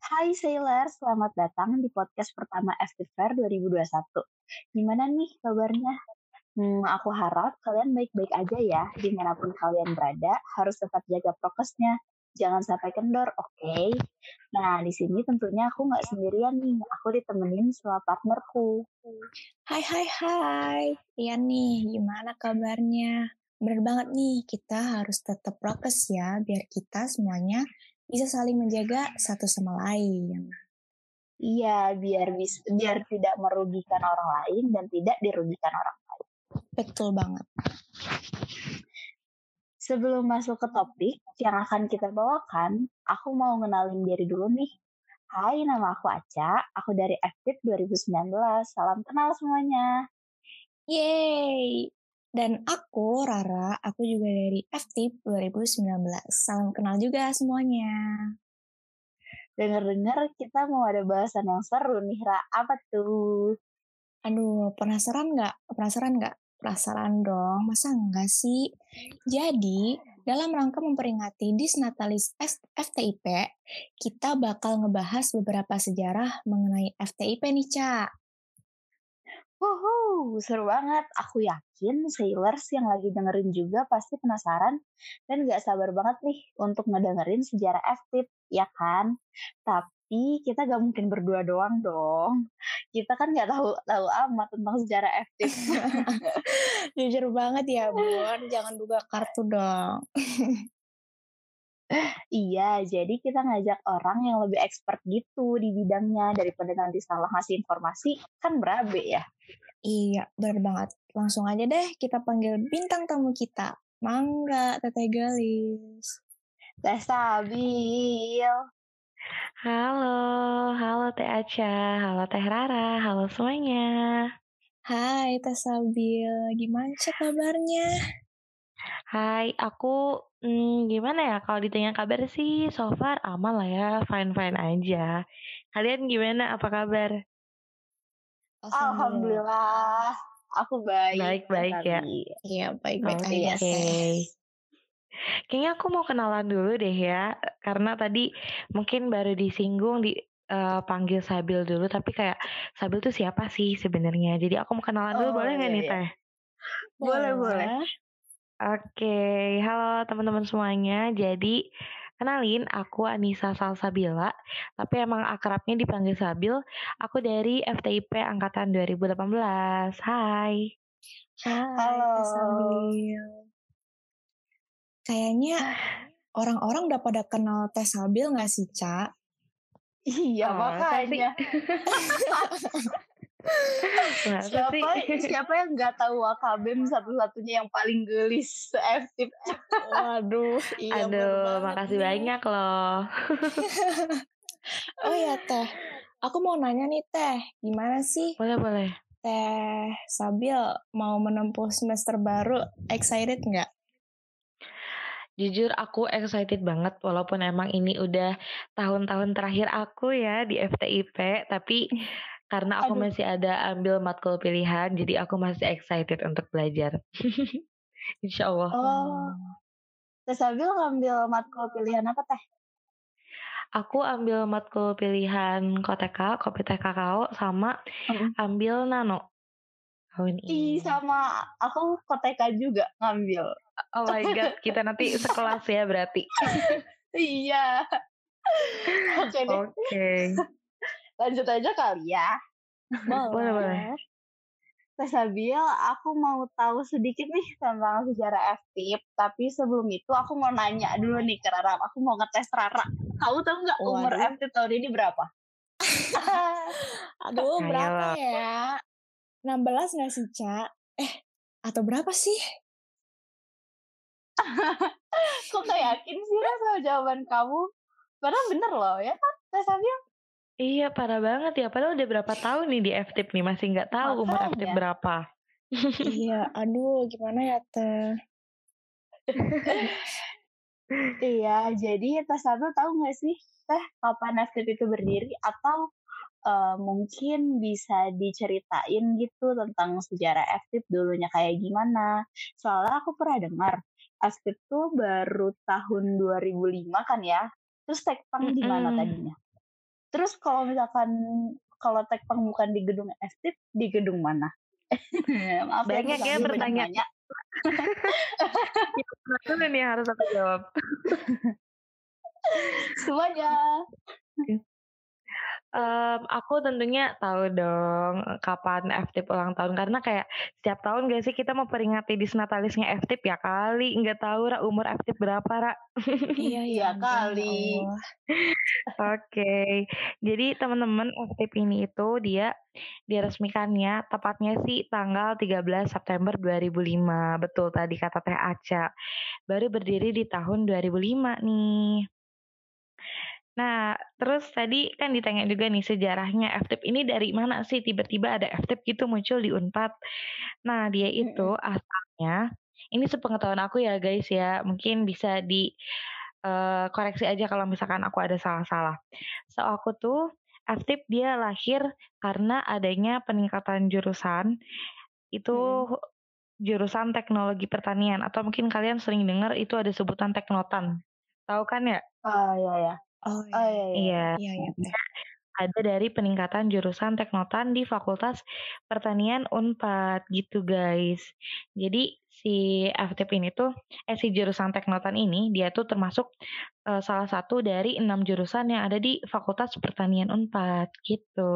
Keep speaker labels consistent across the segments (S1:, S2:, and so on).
S1: Hai Sailor, selamat datang di podcast pertama FT Fair 2021. Gimana nih kabarnya? Aku harap kalian baik-baik aja ya, dimanapun kalian berada, harus tetap jaga prokesnya. Jangan sampai kendor, oke? Nah, di sini tentunya aku nggak sendirian nih, aku ditemenin sama partnerku.
S2: Hai hai hai, iya nih, gimana kabarnya? Bener banget nih, kita harus tetap prokes ya, biar kita semuanya bisa saling menjaga satu sama lain.
S1: Iya, biar tidak merugikan orang lain dan tidak dirugikan orang.
S2: Betul banget.
S1: Sebelum masuk ke topik yang akan kita bawakan, aku mau ngenalin diri dulu nih. Hai, nama aku Aca. Aku dari Aktif 2019. Salam kenal semuanya.
S2: Yeay! Dan aku, Rara, aku juga dari FTIP 2019. Salam kenal juga semuanya.
S1: Dengar-dengar kita mau ada bahasan yang seru nih, Ra. Apa tuh?
S2: Aduh, penasaran nggak? Penasaran nggak? Penasaran dong, masa enggak sih? Jadi, dalam rangka memperingati Disnatalis FTIP, kita bakal ngebahas beberapa sejarah mengenai FTIP nih, Ca.
S1: Seru banget. Aku yakin Sailors yang lagi dengerin juga pasti penasaran dan gak sabar banget nih untuk ngedengerin sejarah Aktif, ya kan? Tapi kita gak mungkin berdua doang dong. Kita kan gak tahu amat tentang sejarah Aktif.
S2: Jujur banget ya, Bun. Jangan buka kartu dong.
S1: Iya, jadi kita ngajak orang yang lebih expert gitu di bidangnya daripada nanti salah ngasih informasi, kan berabe ya.
S2: Iya, bener banget. Langsung aja deh kita panggil bintang tamu kita. Mangga, Teteh Gelis.
S1: Teh Sabil.
S3: Halo, halo Teh Aca, halo Teh Rara, halo semuanya.
S2: Hai, Teh Sabil. Gimana cek kabarnya?
S3: Hai, aku gimana ya kalau ditanya kabar sih so far aman lah ya, fine-fine aja. Kalian gimana, apa kabar?
S2: Alhamdulillah.
S1: Alhamdulillah, aku baik, Teh
S3: Baik-baik ya.
S1: Sabil.
S2: Iya, baik-baik aja,
S1: Iya.
S3: Oke.
S2: Teh.
S3: Kayaknya aku mau kenalan dulu deh ya, karena tadi mungkin baru disinggung panggil Sabil dulu, tapi kayak Sabil tuh siapa sih sebenarnya? Jadi aku mau kenalan dulu,
S1: Oh
S3: boleh nggak
S1: iya
S3: nih
S1: iya.
S3: Teh?
S1: Boleh.
S2: Boleh.
S3: Oke, halo teman-teman semuanya. Jadi, kenalin aku Anissa Salsabila, tapi emang akrabnya dipanggil Sabil. Aku dari FTIP angkatan 2018. Hai.
S2: Hai, Teh
S1: Halo.
S2: Sabil. Kayaknya orang-orang udah pada kenal Teh Sabil nggak sih, Ca?
S1: Iya,
S3: Masa sih?
S1: makanya.
S3: Masa sih?
S1: Siapa yang nggak tahu Wakabim satu-satunya yang paling gelis seaktif.
S2: Waduh, iya bener
S3: Aduh,
S2: banget
S3: makasih
S2: nih.
S3: banyak loh.
S2: Oh ya, Teh. Aku mau nanya nih, Teh. Gimana sih
S3: Boleh.
S2: Teh Sabil mau menempuh semester baru? Excited nggak?
S3: Jujur aku excited banget walaupun emang ini udah tahun-tahun terakhir aku ya di FTIP, tapi karena aku
S1: Aduh,
S3: masih ada ambil matkul pilihan, jadi aku masih excited untuk belajar. Insya Allah.
S1: oh, Teh Sabil ngambil matkul pilihan apa, Teh?
S3: Aku ambil matkul pilihan KOTK, Kopi Teh Kakao, sama
S1: Mm.
S3: ambil Nano tahun
S1: Ih,
S3: ini.
S1: sama aku koteka juga ngambil.
S3: Oh my God, kita nanti sekelas ya berarti.
S1: Iya. Oke deh,
S3: Oke,
S1: lanjut aja kali ya.
S3: boleh.
S2: Boleh.
S1: Teh Sabil, aku mau tahu sedikit nih tentang sejarah FTIP, tapi sebelum itu aku mau nanya dulu nih ke Rara. Aku mau ngetes Rara. Kamu tahu nggak umur
S2: Waduh.
S1: FTIP tahun ini berapa?
S2: Aduh, berapa
S3: Ayolah.
S2: ya? 16 nggak sih, Ca? Atau berapa sih?
S1: Kok gak yakin sih Ra sama jawaban kamu? Padahal bener loh ya kan, Teh Sabil?
S3: Iya, parah banget ya. Padahal udah berapa tahun nih di FTIP nih, masih nggak tahu umur FTIP
S1: Makanya.
S3: berapa.
S2: Iya, aduh gimana ya, Teh?
S1: Iya, jadi Teh Sabil tahu nggak sih, Teh, kapan FTIP itu berdiri? Atau mungkin bisa diceritain gitu tentang sejarah FTIP dulunya kayak gimana? Soalnya aku pernah dengar, FTIP tuh baru tahun 2005 kan ya? Terus Tekpang di mana
S3: Mm-mm.
S1: tadinya? Terus kalau misalkan kalau Tekpang bukan di gedung FTIP, di gedung mana? Maaf ya
S3: Banyak ya
S1: Nusantara banyak
S3: pertanyaan.
S1: nanya.
S3: Yang mana dulu nih yang harus aku jawab?
S1: Semuanya.
S3: Aku tentunya tahu dong kapan FTIP ulang tahun karena kayak setiap tahun gak sih kita memperingati disnatalisnya FTIP ya kali. Nggak tahu Ra umur FTIP berapa Ra.
S2: Iya, ya
S1: Iya
S2: ampun, ya
S1: kali.
S2: Allah.
S3: Oke, jadi teman-teman FTIP ini itu dia diresmikannya tepatnya sih tanggal 13 September 2005. Betul tadi kata Teh Aca. Baru berdiri di tahun 2005 nih. Nah, terus tadi kan ditanya juga nih sejarahnya FTIP ini dari mana sih tiba-tiba ada FTIP gitu muncul di Unpad. Nah, dia itu asalnya ini sepengetahuan aku ya guys ya, mungkin bisa di koreksi aja kalau misalkan aku ada salah-salah. Aku tuh FTIP dia lahir karena adanya peningkatan jurusan itu jurusan teknologi pertanian atau mungkin kalian sering dengar itu ada sebutan teknotan. Tahu kan ya?
S1: Iya ya.
S2: Oh
S1: Oh iya iya.
S3: Iya.
S2: iya ya Teh.
S3: Ada dari peningkatan jurusan teknotan di Fakultas Pertanian Unpad gitu guys. Jadi si FTIP ini tuh, si jurusan teknotan ini dia tuh termasuk salah satu dari 6 jurusan yang ada di Fakultas Pertanian Unpad gitu.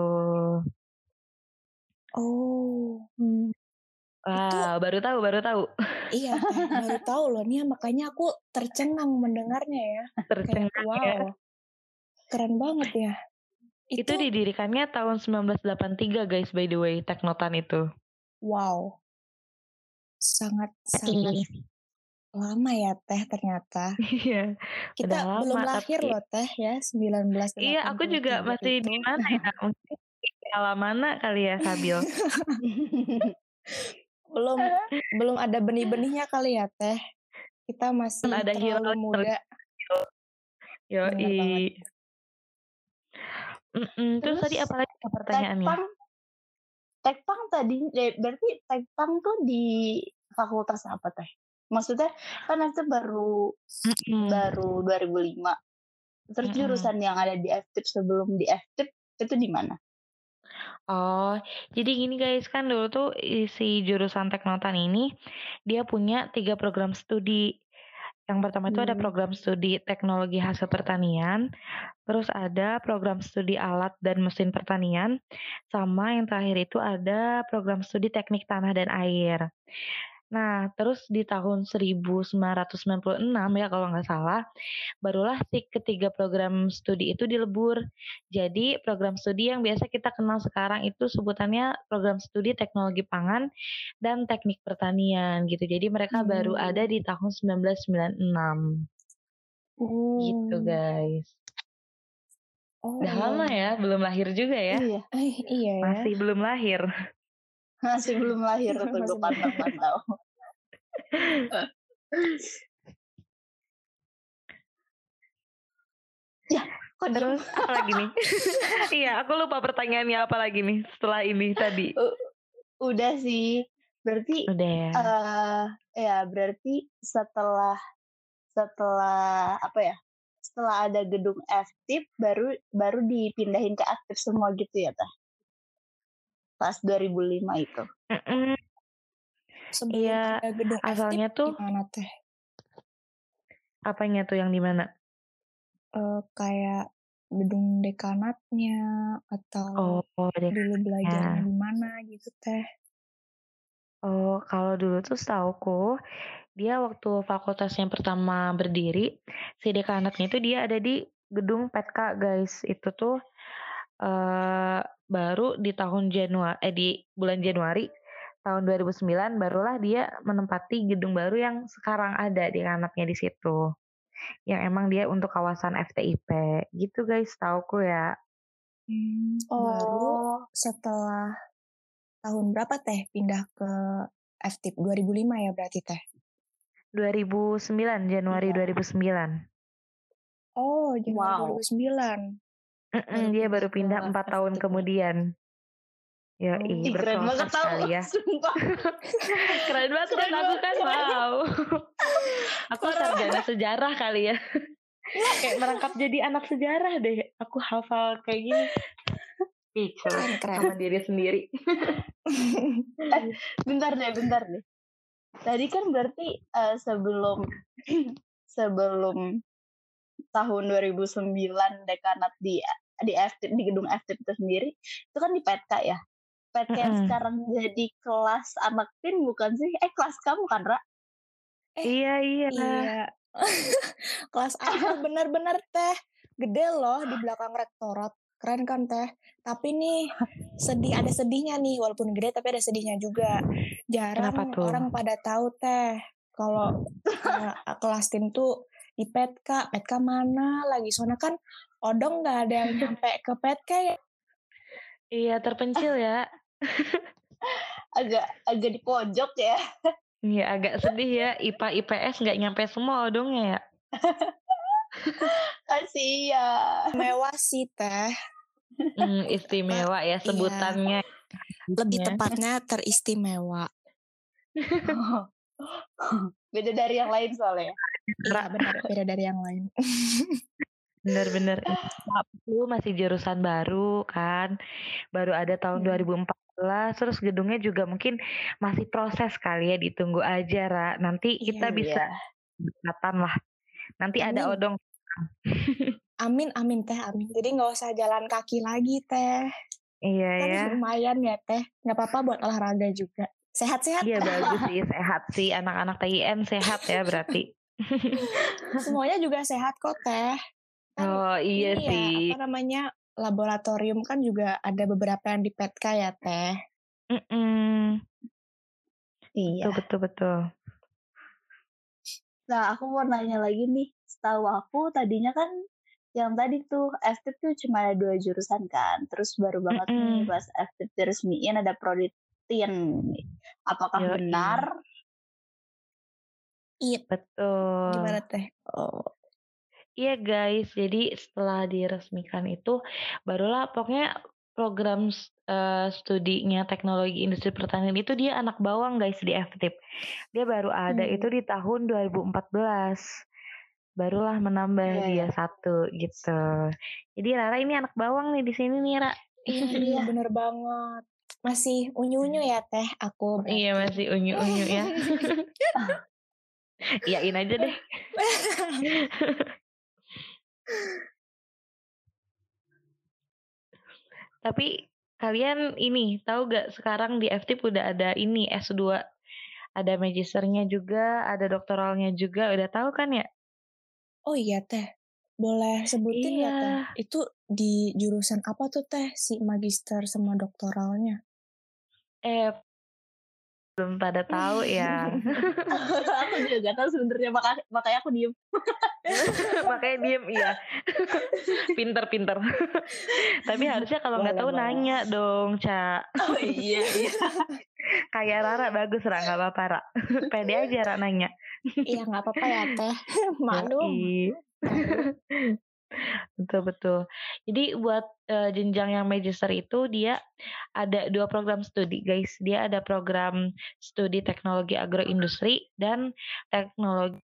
S2: Oh, itu
S3: Wah, baru tahu.
S2: iya Teh, baru tahu loh nih makanya aku tercengang mendengarnya ya.
S3: Tercengang
S2: Kayak
S3: ya.
S2: wow, keren banget ya.
S3: Itu didirikannya tahun 1983 guys by the way, teknotan itu.
S2: Wow, sangat
S3: Ih,
S2: lama ya Teh ternyata.
S3: Iya,
S2: Kita
S3: udah lama
S2: belum lahir
S3: tapi
S2: loh Teh ya, 1983
S3: iya, aku juga masih
S2: itu.
S3: di mana ya? Mungkin di alam mana kali ya, Sabil?
S2: belum ada benih-benihnya kali ya Teh. Kita masih
S3: Kan ada
S2: terlalu
S3: hilal
S2: muda. Benar banget.
S3: Yoi. Terus tadi apa lagi pertanyaannya?
S1: Tekpang tadi, berarti Tekpang tuh di fakultas apa Teh? Maksudnya kan itu baru 2005. Terus jurusan yang ada di FTIP sebelum di FTIP itu di mana?
S3: Oh, jadi gini guys, kan dulu tuh isi jurusan teknotan ini dia punya 3 program studi. Yang pertama itu ada program studi teknologi hasil pertanian, terus ada program studi alat dan mesin pertanian, sama yang terakhir itu ada program studi teknik tanah dan air. Nah, terus di tahun 1996 ya kalau nggak salah, barulah si ketiga program studi itu dilebur. Jadi program studi yang biasa kita kenal sekarang itu sebutannya program studi teknologi pangan dan teknik pertanian gitu. Jadi mereka baru ada di tahun 1996. Gitu guys. Udah lama ya, belum lahir juga ya.
S1: Iya.
S2: Iya ya.
S3: Masih belum lahir.
S1: Masih belum lahir tuh gue pantau. Ya, kok
S3: terus apa lagi nih? Iya, aku lupa pertanyaannya apa lagi nih setelah ini tadi.
S1: Udah sih. Berarti
S3: udah ya.
S1: Ya berarti setelah apa ya? Setelah ada gedung FTIP baru dipindahin ke aktif semua gitu ya Teh? Pas 2005 itu.
S2: Sebelum ada gedung
S3: asalnya
S2: FTIP
S3: tuh
S2: gimana Teh?
S3: Apanya tuh yang di mana?
S2: Kayak gedung dekanatnya atau dulu belajarnya di mana gitu Teh?
S3: Oh, kalau dulu tuh setauku dia waktu fakultas yang pertama berdiri, si dekanatnya itu dia ada di gedung PETKA guys. Itu tuh baru di di bulan Januari tahun 2009 barulah dia menempati gedung baru yang sekarang ada di dekanatnya di situ. Yang emang dia untuk kawasan FTIP gitu guys, tauku ya.
S2: Baru setelah tahun berapa Teh pindah ke FTIP? 2005 ya berarti Teh?
S3: 2009, Januari 2009.
S2: Oh, Januari 2009.
S3: Dia baru pindah 4 tahun kemudian. Yoi,
S1: keren banget
S3: sekali ya. Keren banget kan aku kan, wow. Aku sarjana sejarah kali ya. Kayak merangkap jadi anak sejarah deh. Aku hafal kayak gini. Speechless
S2: Keren.
S3: sama diri sendiri.
S1: Bentar deh. Tadi kan berarti sebelum sebelum tahun 2009 dekanat di FTIP, di gedung FTIP itu sendiri, itu kan di Petka ya. Petka yang sekarang jadi kelas anak tin bukan sih? Kelas kamu kan, Ra?
S3: Iya.
S2: Iya. Kelas aku bener-bener teh. Gede loh di belakang rektorat. Keren kan teh. Tapi nih ada sedihnya nih. Walaupun gede tapi ada sedihnya juga. Jarang
S3: Kenapa tuh?
S2: orang pada tahu teh. Kalau kelas tim tuh di Petka. Petka mana lagi? Soalnya kan odong nggak ada yang nyampe ke Petka ya.
S3: Iya, terpencil ya.
S1: agak di pojok ya.
S3: Iya, agak sedih ya. IPA IPS nggak nyampe semua odongnya ya.
S1: Kasihan.
S2: Mewah sih teh.
S3: Istimewa ya sebutannya.
S2: Lebih tepatnya teristimewa.
S1: Beda dari yang lain soalnya.
S2: Iya benar, beda dari yang lain.
S3: Bener-bener. Aku masih jurusan baru kan. Baru ada tahun 2014. Terus gedungnya juga mungkin masih proses kali ya. Ditunggu aja, Ra. Nanti kita bisa dekatan lah. Nanti ada odong.
S2: Amin teh, amin. Jadi nggak usah jalan kaki lagi teh.
S3: Iya
S2: kan
S3: ya.
S2: lumayan ya teh. Nggak apa-apa buat olahraga juga. Sehat-sehat.
S3: Iya bagus sih, sehat sih. Anak-anak TIN sehat ya berarti.
S2: Semuanya juga sehat kok teh. Kan
S3: oh iya sih.
S2: Ya, apa namanya, laboratorium kan juga ada beberapa yang di Petka ya teh.
S1: Iya.
S3: Betul.
S1: Nah, aku mau nanya lagi nih. Setahu aku tadinya kan yang tadi tuh FTIP tuh cuma ada 2 jurusan kan. Terus baru banget nih pas FTIP diresmiin ada proditin. Apakah benar?
S2: Iya.
S3: Betul.
S2: Gimana teh?
S3: Iya guys, jadi setelah diresmikan itu barulah pokoknya program studinya teknologi industri pertanian itu dia anak bawang guys di FTIP. Dia baru ada itu di tahun 2014. Barulah menambah dia satu gitu. Jadi Rara ini anak bawang nih di sini nih, Ra.
S2: Iya bener banget. Masih unyu-unyu ya teh aku berarti.
S3: Iya masih unyu-unyu ya. Iyain aja deh. Tapi kalian ini tahu gak sekarang di FTIP udah ada ini S2, ada magisternya juga, ada doktoralnya juga, udah tahu kan ya?
S2: Oh iya teh, boleh sebutin nggak teh? Itu di jurusan apa tuh teh si magister sama doktoralnya?
S3: Belum pada tahu ya.
S1: Aku juga gak tahu sebenarnya, makanya aku diem.
S3: Makanya diem, iya. Pinter. Tapi harusnya kalau nggak tahu nanya dong, Ca.
S1: Oh iya.
S3: Kayak Rara bagus, Ra, nggak apa-apa, Ra. Pede aja Ra nanya.
S2: Iya nggak apa-apa ya teh, maklum.
S3: Betul. Jadi buat jenjang yang magister itu dia ada 2 program studi guys. Dia ada program studi teknologi agroindustri dan teknologi.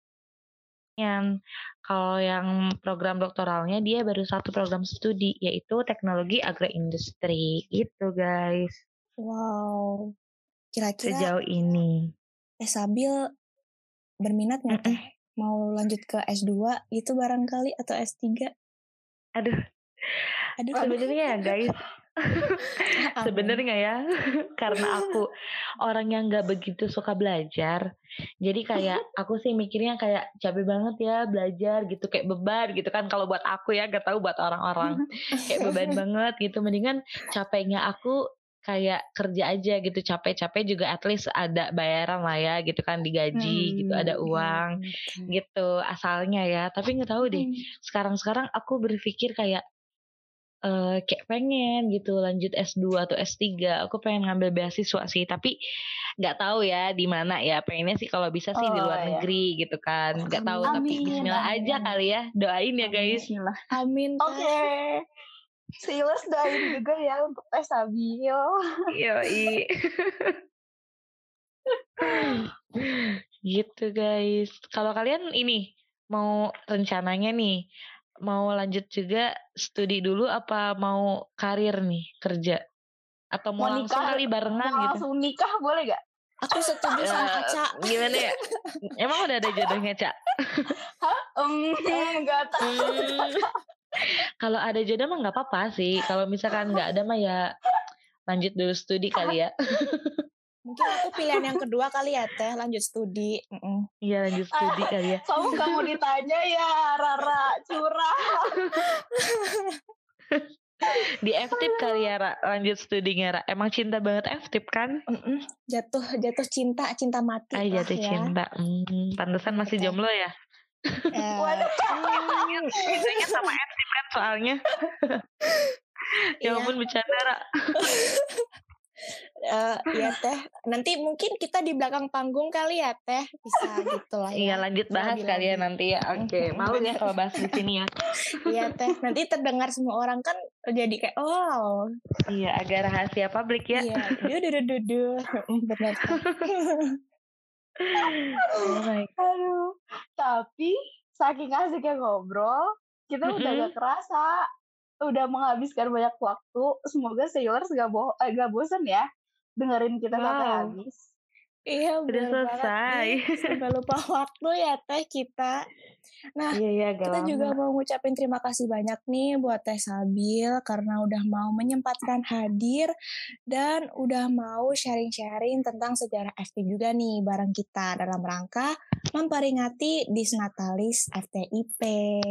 S3: Kalau yang program doktoralnya dia baru 1 program studi yaitu teknologi agroindustri gitu guys.
S2: Wow. Kira-kira
S3: sejauh ini
S2: Sabil berminat nggak teh? Mau lanjut ke S2 itu barangkali atau S3?
S3: Aduh. Sebenarnya ya guys. Sebenarnya ya karena aku orang yang nggak begitu suka belajar, jadi kayak aku sih mikirnya kayak capek banget ya belajar gitu, kayak beban gitu kan kalau buat aku ya, gak tahu buat orang-orang kayak beban banget gitu. Mendingan capeknya aku kayak kerja aja gitu, capek-capek juga at least ada bayaran lah ya gitu kan, digaji gitu, ada uang gitu asalnya ya. Tapi nggak tahu deh sekarang aku berpikir kayak kayak pengen gitu lanjut S2 atau S3. Aku pengen ngambil beasiswa sih, tapi nggak tahu ya di mana ya. Pengennya sih kalau bisa sih di luar negeri gitu kan. Nggak tahu, tapi bismillah aja kali ya. Doain ya guys.
S2: Bismillah. Amin.
S1: Oke. Silas doain juga ya untuk Sabil.
S3: Yoi. Gitu guys. Kalau kalian ini mau rencananya nih, mau lanjut juga studi dulu apa mau karir nih, kerja? Atau mau
S1: Mau
S3: langsung
S1: nikah,
S3: kali barengan
S1: mau
S3: gitu?
S1: langsung nikah boleh gak?
S2: Aku setuju sama Aca.
S3: Gimana ya? Emang udah ada jodohnya, Ca?
S1: Hah? Gak tahu.
S3: Kalau ada jodoh mah nggak apa-apa sih. Kalau misalkan nggak ada mah ya lanjut dulu studi kali ya.
S2: Mungkin aku pilihan yang kedua kali ya Teh, lanjut studi.
S3: Iya lanjut studi kali ya.
S1: Kamu gak mau ditanya ya, Rara, curang.
S3: Di FTIP kali ya, Ra, lanjut studinya, Ra. Emang cinta banget FTIP kan?
S2: Jatuh cinta mati
S3: Ay,
S2: lah
S3: jatuh
S2: ya.
S3: cinta. Pantesan masih
S2: Betul.
S3: jomblo ya. Ingat sama FTIP kan soalnya. Ya ampun bercanda, Ra.
S2: Ya Teh, nanti mungkin kita di belakang panggung kali ya Teh, bisa gitu lah ya.
S3: Iya lanjut bahas kali ya nanti ya. Oke, malu ya kalau bahas di sini ya.
S2: Iya Teh, nanti terdengar semua orang kan jadi kayak oh.
S3: Iya, agak rahasia publik ya.
S2: Iya, benar.
S3: Oh my God.
S1: Aduh, tapi saking asiknya ngobrol, kita udah gak kerasa. Udah menghabiskan banyak waktu. Semoga Sailors gak bosan ya dengerin kita sampai habis.
S2: Iya,
S3: udah selesai.
S2: Sampai lupa waktu ya Teh kita. Nah,
S3: iya,
S2: kita juga mau ngucapin terima kasih banyak nih buat Teh Sabil karena udah mau menyempatkan hadir dan udah mau sharing-sharing tentang sejarah FTIP juga nih bareng kita dalam rangka memperingati Disnatalis FTIP.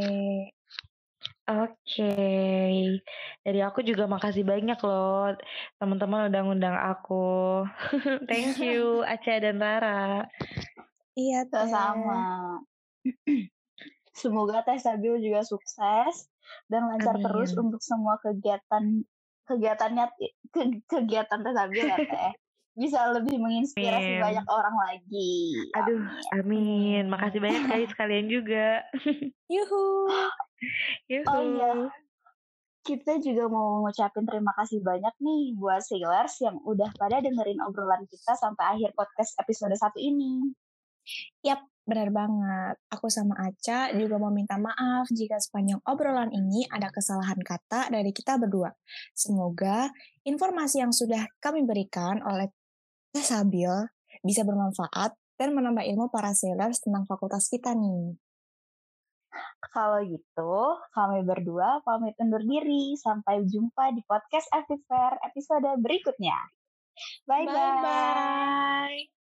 S3: Oke. Dari aku juga makasih banyak loh teman-teman udah ngundang aku. Thank you Aca dan Rara.
S1: Iya, sama. Semoga Teh Sabil juga sukses dan lancar terus untuk semua kegiatannya kegiatan Teh Sabil ya Teh. Bisa lebih menginspirasi banyak orang lagi.
S3: Aduh, amin. Makasih banyak sekalian juga.
S2: Yuhu.
S1: Oh iya, kita juga mau ngucapin terima kasih banyak nih buat Sailors yang udah pada dengerin obrolan kita sampai akhir podcast episode 1 ini.
S2: Yap, benar banget. Aku sama Aca juga mau minta maaf jika sepanjang obrolan ini ada kesalahan kata dari kita berdua. Semoga informasi yang sudah kami berikan oleh Teh Sabil bisa bermanfaat dan menambah ilmu para sailors tentang fakultas kita nih.
S1: Kalau gitu, kami berdua pamit undur diri. Sampai jumpa di podcast FTIP Fair episode berikutnya. Bye-bye.